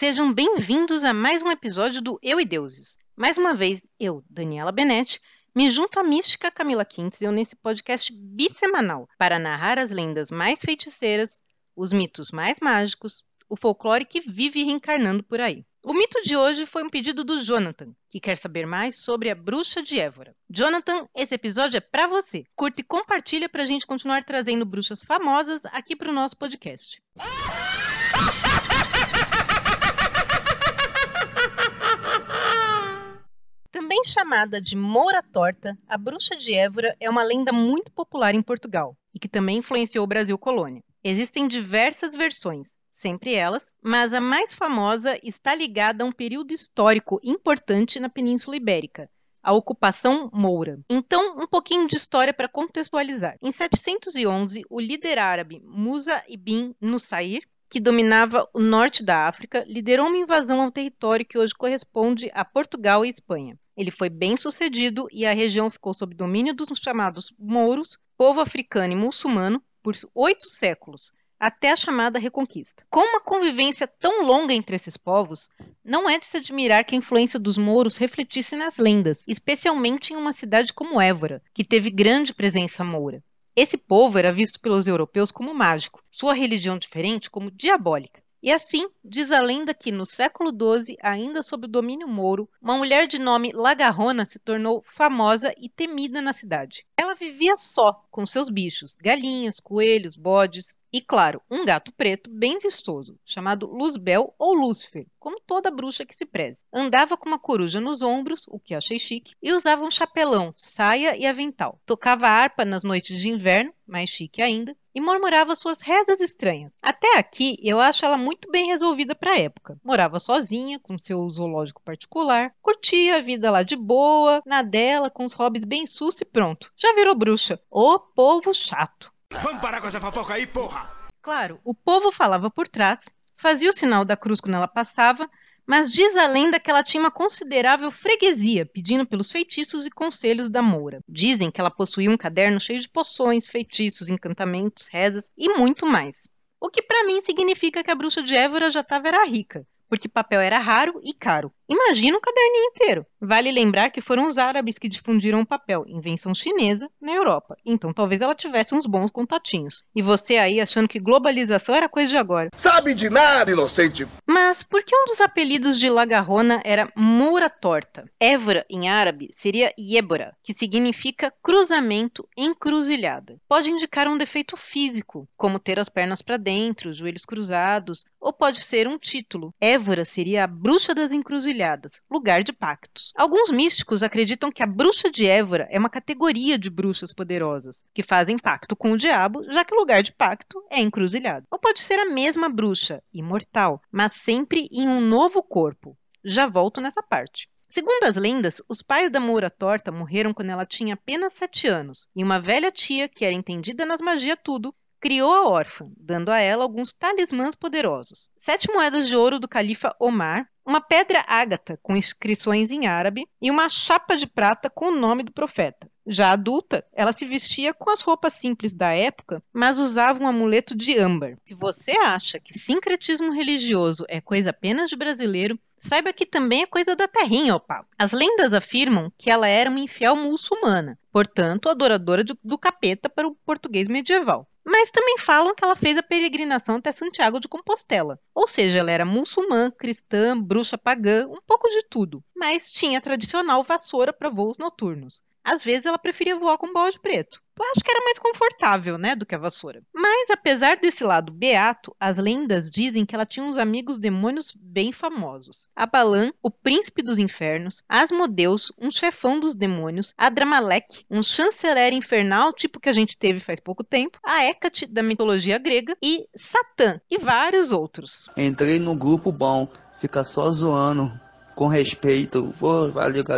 Sejam bem-vindos a mais um episódio do Eu e Deuses. Mais uma vez, eu, Daniela Benetti, me junto à mística Camila Quintzel nesse podcast bissemanal para narrar as lendas mais feiticeiras, os mitos mais mágicos, o folclore que vive reencarnando por aí. O mito de hoje foi um pedido do Jonathan, que quer saber mais sobre a bruxa de Évora. Jonathan, esse episódio é pra você. Curta e compartilha pra gente continuar trazendo bruxas famosas aqui pro nosso podcast. Também chamada de Moura Torta, a bruxa de Évora é uma lenda muito popular em Portugal e que também influenciou o Brasil colônia. Existem diversas versões, sempre elas, mas a mais famosa está ligada a um período histórico importante na Península Ibérica, a ocupação moura. Então, um pouquinho de história para contextualizar. Em 711, o líder árabe Musa ibn Nusayr, que dominava o norte da África, liderou uma invasão ao território que hoje corresponde a Portugal e Espanha. Ele foi bem sucedido e a região ficou sob domínio dos chamados mouros, povo africano e muçulmano, por 8 séculos, até a chamada Reconquista. Com uma convivência tão longa entre esses povos, não é de se admirar que a influência dos mouros refletisse nas lendas, especialmente em uma cidade como Évora, que teve grande presença moura. Esse povo era visto pelos europeus como mágico, sua religião diferente como diabólica. E assim, diz a lenda que no século XII, ainda sob o domínio mouro, uma mulher de nome Lagarrona se tornou famosa e temida na cidade. Ela vivia só, com seus bichos, galinhas, coelhos, bodes e, claro, um gato preto bem vistoso, chamado Luzbel ou Lúcifer, como toda bruxa que se preze. Andava com uma coruja nos ombros, o que achei chique, e usava um chapelão, saia e avental. Tocava harpa nas noites de inverno, mais chique ainda, e murmurava suas rezas estranhas. Até aqui, eu acho ela muito bem resolvida para a época. Morava sozinha, com seu zoológico particular, curtia a vida lá de boa, na dela, com os hobbies bem sus e pronto. Já virou bruxa. Ô povo chato. Vamos parar com essa fofoca aí, porra! Claro, o povo falava por trás, fazia o sinal da cruz quando ela passava, mas diz a lenda que ela tinha uma considerável freguesia, pedindo pelos feitiços e conselhos da moura. Dizem que ela possuía um caderno cheio de poções, feitiços, encantamentos, rezas e muito mais. O que para mim significa que a bruxa de Évora já estava rica, porque papel era raro e caro. Imagina um caderninho inteiro. Vale lembrar que foram os árabes que difundiram o papel, invenção chinesa, na Europa. Então talvez ela tivesse uns bons contatinhos. E você aí achando que globalização era coisa de agora. Sabe de nada, inocente! Mas por que um dos apelidos de Lagarrona era Moura Torta? Évora, em árabe, seria Yébora, que significa cruzamento, encruzilhada. Pode indicar um defeito físico, como ter as pernas para dentro, os joelhos cruzados, ou pode ser um título. Évora seria a bruxa das encruzilhadas, lugar de pactos. Alguns místicos acreditam que a bruxa de Évora é uma categoria de bruxas poderosas, que fazem pacto com o diabo, já que o lugar de pacto é encruzilhado. Ou pode ser a mesma bruxa, imortal, mas sempre em um novo corpo. Já volto nessa parte. Segundo as lendas, os pais da Moura Torta morreram quando ela tinha apenas 7 anos, e uma velha tia, que era entendida nas magias tudo, criou a órfã, dando a ela alguns talismãs poderosos. 7 moedas de ouro do califa Omar, uma pedra ágata com inscrições em árabe e uma chapa de prata com o nome do profeta. Já adulta, ela se vestia com as roupas simples da época, mas usava um amuleto de âmbar. Se você acha que sincretismo religioso é coisa apenas de brasileiro, saiba que também é coisa da terrinha, ó pau. As lendas afirmam que ela era uma infiel muçulmana, portanto, adoradora do capeta para o português medieval. Mas também falam que ela fez a peregrinação até Santiago de Compostela. Ou seja, ela era muçulmana, cristã, bruxa pagã, um pouco de tudo. Mas tinha a tradicional vassoura para voos noturnos. Às vezes ela preferia voar com bode preto. Eu acho que era mais confortável, né, do que a vassoura. Mas, apesar desse lado beato, as lendas dizem que ela tinha uns amigos demônios bem famosos. Abalan, o príncipe dos infernos, Asmodeus, um chefão dos demônios, Adramalek, um chanceler infernal, tipo que a gente teve faz pouco tempo, a Hécate, da mitologia grega, e Satã, e vários outros. Entrei no grupo bom, fica só zoando, com respeito. Pô, valeu, galera.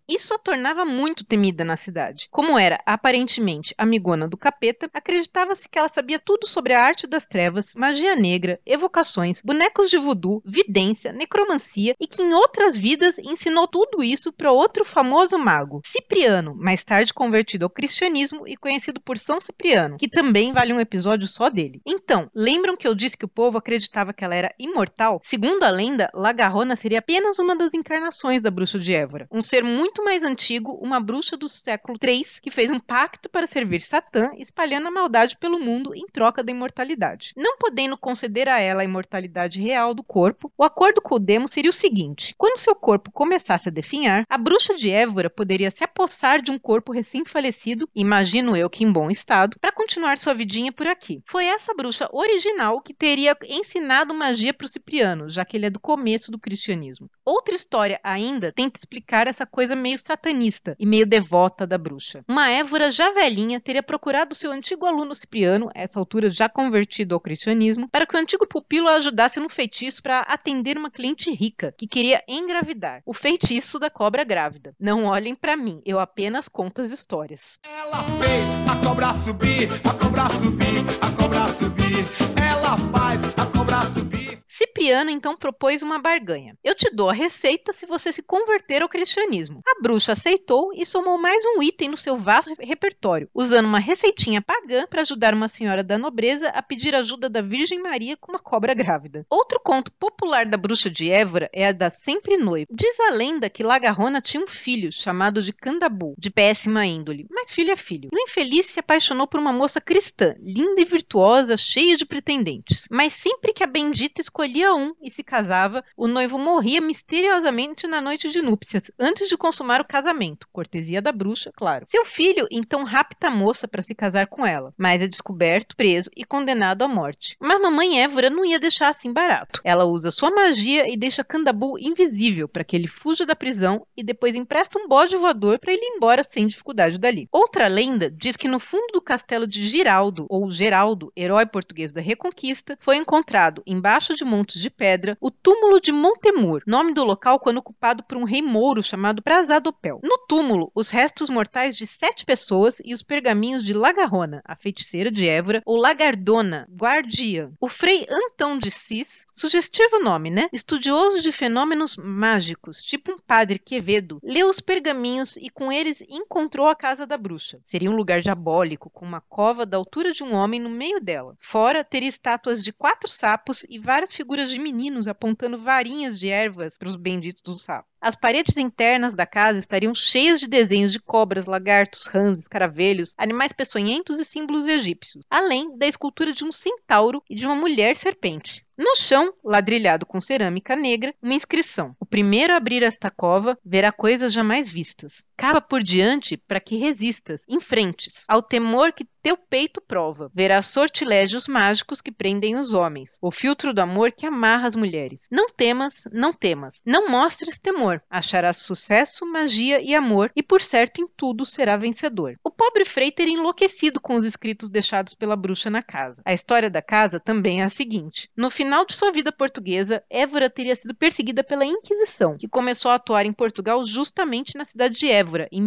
Isso a tornava muito temida na cidade. Como era aparentemente amigona do capeta, acreditava-se que ela sabia tudo sobre a arte das trevas, magia negra, evocações, bonecos de voodoo, vidência, necromancia e que em outras vidas ensinou tudo isso para outro famoso mago, Cipriano, mais tarde convertido ao cristianismo e conhecido por São Cipriano, que também vale um episódio só dele. Então, lembram que eu disse que o povo acreditava que ela era imortal? Segundo a lenda, La Garrona seria apenas uma das encarnações da bruxa de Évora, um ser muito mais antigo, uma bruxa do século III que fez um pacto para servir Satã, espalhando a maldade pelo mundo em troca da imortalidade. Não podendo conceder a ela a imortalidade real do corpo, o acordo com o demo seria o seguinte: quando seu corpo começasse a definhar, a bruxa de Évora poderia se apossar de um corpo recém-falecido, imagino eu que em bom estado, para continuar sua vidinha por aqui. Foi essa bruxa original que teria ensinado magia para o Cipriano, já que ele é do começo do cristianismo. Outra história ainda tenta explicar essa coisa meio satanista e meio devota da bruxa. Uma Évora já velhinha teria procurado seu antigo aluno Cipriano, a essa altura já convertido ao cristianismo, para que o antigo pupilo a ajudasse no feitiço para atender uma cliente rica que queria engravidar. O feitiço da cobra grávida. Não olhem para mim, eu apenas conto as histórias. Ela fez a cobra subir, a cobra subir, a cobra subir. Ela faz a cobra subir. Cipriano então propôs uma barganha. Eu te dou a receita se você se converter ao cristianismo. A bruxa aceitou e somou mais um item no seu vasto repertório, usando uma receitinha pagã para ajudar uma senhora da nobreza a pedir ajuda da Virgem Maria com uma cobra grávida. Outro conto popular da bruxa de Évora é a da Sempre Noiva. Diz a lenda que La Garrona tinha um filho chamado de Candabu, de péssima índole, mas filho é filho. E o infeliz se apaixonou por uma moça cristã, linda e virtuosa, cheia de pretendentes. Mas sempre que a bendita escolhia um e se casava, o noivo morria misteriosamente na noite de núpcias, antes de consumar o casamento, cortesia da bruxa, claro. Seu filho então rapta a moça para se casar com ela, mas é descoberto, preso e condenado à morte. Mas mamãe Évora não ia deixar assim barato. Ela usa sua magia e deixa Candabu invisível para que ele fuja da prisão e depois empresta um bode voador para ele ir embora sem dificuldade dali. Outra lenda diz que no fundo do castelo de Giraldo, ou Geraldo, herói português da Reconquista, foi encontrado, embaixo de montes de pedra, o túmulo de Montemur, nome do local quando ocupado por um rei mouro chamado Prasadopel. No túmulo, os restos mortais de 7 pessoas e os pergaminhos de La Garrona, a feiticeira de Évora, ou Lagardona, guardiã. O frei Antão de Cis, sugestivo nome, né? Estudioso de fenômenos mágicos, tipo um padre Quevedo, leu os pergaminhos e com eles encontrou a casa da bruxa. Seria um lugar diabólico, com uma cova da altura de um homem no meio dela. Fora, teria estátuas de 4 sapos e várias figuras de meninos apontando varinhas de ervas para os benditos do sapo. As paredes internas da casa estariam cheias de desenhos de cobras, lagartos, rãs, escaravelhos, animais peçonhentos e símbolos egípcios, além da escultura de um centauro e de uma mulher serpente. No chão, ladrilhado com cerâmica negra, uma inscrição: o primeiro a abrir esta cova verá coisas jamais vistas. Cava por diante para que resistas, enfrentes, ao temor que teu peito prova. Verás sortilégios mágicos que prendem os homens, o filtro do amor que amarra as mulheres. Não temas, não temas, não mostres temor. Acharás sucesso, magia e amor, e por certo em tudo será vencedor. O pobre frei teria enlouquecido com os escritos deixados pela bruxa na casa. A história da casa também é a seguinte: no final de sua vida portuguesa, Évora teria sido perseguida pela Inquisição, que começou a atuar em Portugal justamente na cidade de Évora, em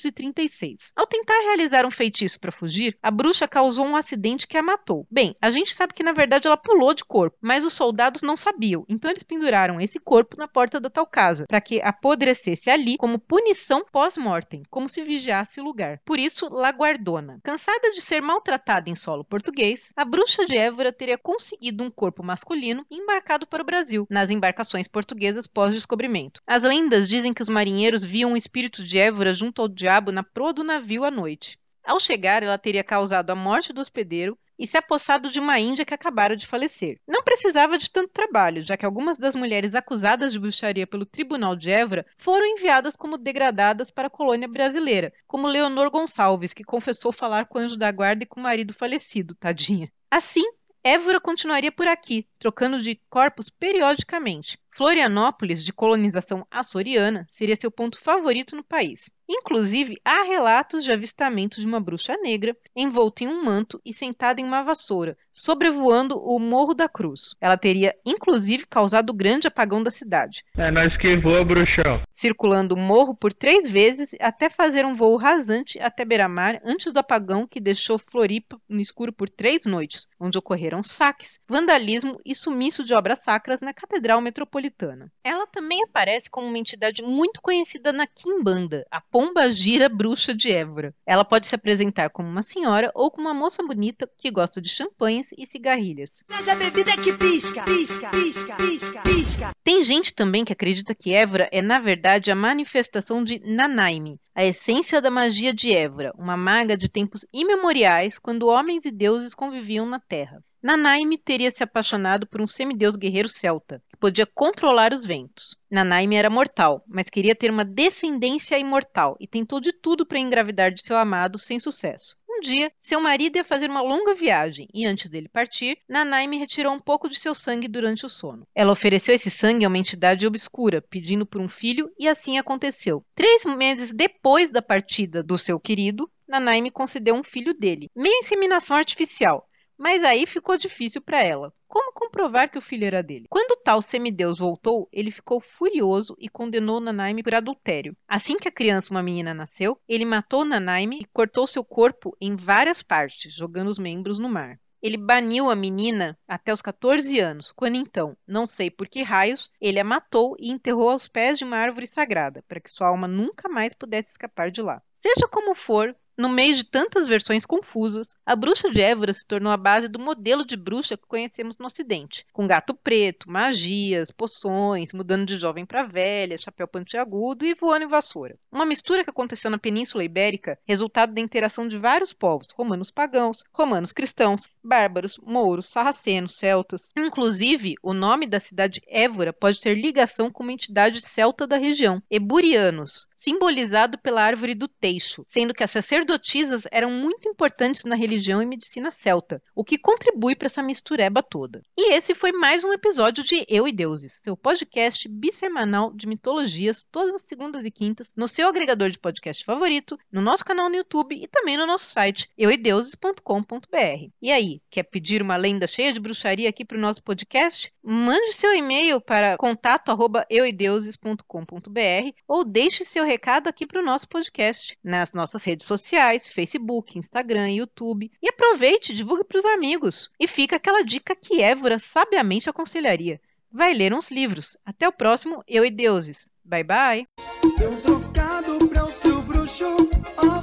1536. Ao tentar realizar um feitiço para fugir, a bruxa causou um acidente que a matou. Bem, a gente sabe que na verdade ela pulou de corpo, mas os soldados não sabiam, então eles penduraram esse corpo na porta da tal casa, para que apodrecesse ali como punição pós-mortem, como se vigiasse o lugar. Por isso, Laguardona. Cansada de ser maltratada em solo português, a bruxa de Évora teria conseguido um corpo masculino e embarcado para o Brasil, nas embarcações portuguesas pós-descobrimento. As lendas dizem que os marinheiros viam o espírito de Évora junto ao diabo na proa do navio à noite. Ao chegar, ela teria causado a morte do hospedeiro e se apossado de uma índia que acabara de falecer. Não precisava de tanto trabalho, já que algumas das mulheres acusadas de bruxaria pelo Tribunal de Évora foram enviadas como degradadas para a colônia brasileira, como Leonor Gonçalves, que confessou falar com o anjo da guarda e com o marido falecido, tadinha. Assim, Évora continuaria por aqui, trocando de corpos periodicamente. Florianópolis, de colonização açoriana, seria seu ponto favorito no país. Inclusive, há relatos de avistamento de uma bruxa negra envolta em um manto e sentada em uma vassoura, sobrevoando o Morro da Cruz. Ela teria, inclusive, causado o grande apagão da cidade. Nós que voa, bruxão. Circulando o morro por 3 vezes até fazer um voo rasante até Beira-Mar antes do apagão que deixou Floripa no escuro por 3 noites, onde ocorreram saques, vandalismo e sumiço de obras sacras na Catedral Metropolitana. Ela também aparece como uma entidade muito conhecida na Quimbanda, a Pombagira Bruxa de Évora. Ela pode se apresentar como uma senhora ou como uma moça bonita que gosta de champanhes e cigarrilhas. Mas a bebida que pisca, pisca, pisca, pisca, pisca. Tem gente também que acredita que Évora é, na verdade, a manifestação de Nanaime, a essência da magia de Évora, uma maga de tempos imemoriais, quando homens e deuses conviviam na Terra. Nanaime teria se apaixonado por um semideus guerreiro celta, que podia controlar os ventos. Nanaime era mortal, mas queria ter uma descendência imortal e tentou de tudo para engravidar de seu amado sem sucesso. Um dia, seu marido ia fazer uma longa viagem e, antes dele partir, Nanaime retirou um pouco de seu sangue durante o sono. Ela ofereceu esse sangue a uma entidade obscura, pedindo por um filho, e assim aconteceu. 3 meses depois da partida do seu querido, Nanaime concedeu um filho dele, meio inseminação artificial. Mas aí ficou difícil para ela. Como comprovar que o filho era dele? Quando o tal semideus voltou, ele ficou furioso e condenou Nanaime por adultério. Assim que a criança, uma menina, nasceu, ele matou Nanaime e cortou seu corpo em várias partes, jogando os membros no mar. Ele baniu a menina até os 14 anos, quando então, não sei por que raios, ele a matou e enterrou aos pés de uma árvore sagrada, para que sua alma nunca mais pudesse escapar de lá. Seja como for, no meio de tantas versões confusas, a bruxa de Évora se tornou a base do modelo de bruxa que conhecemos no Ocidente, com gato preto, magias, poções, mudando de jovem para velha, chapéu pontiagudo e voando em vassoura. Uma mistura que aconteceu na Península Ibérica, resultado da interação de vários povos, romanos pagãos, romanos cristãos, bárbaros, mouros, sarracenos, celtas. Inclusive, o nome da cidade Évora pode ter ligação com uma entidade celta da região, eburianos, simbolizado pela árvore do teixo, sendo que as sacerdotisas eram muito importantes na religião e medicina celta, o que contribui para essa mistureba toda. E esse foi mais um episódio de Eu e Deuses, seu podcast bissemanal de mitologias, todas as segundas e quintas, no seu agregador de podcast favorito, no nosso canal no YouTube e também no nosso site, euideuses.com.br. E aí, quer pedir uma lenda cheia de bruxaria aqui para o nosso podcast? Mande seu e-mail para contato@euideuses.com.br ou deixe seu recado aqui para o nosso podcast, nas nossas redes sociais, Facebook, Instagram, YouTube. E aproveite, divulgue para os amigos. E fica aquela dica que Évora sabiamente aconselharia. Vai ler uns livros. Até o próximo Eu e Deuses. Bye, bye! Deu um trocado pra o seu bruxo.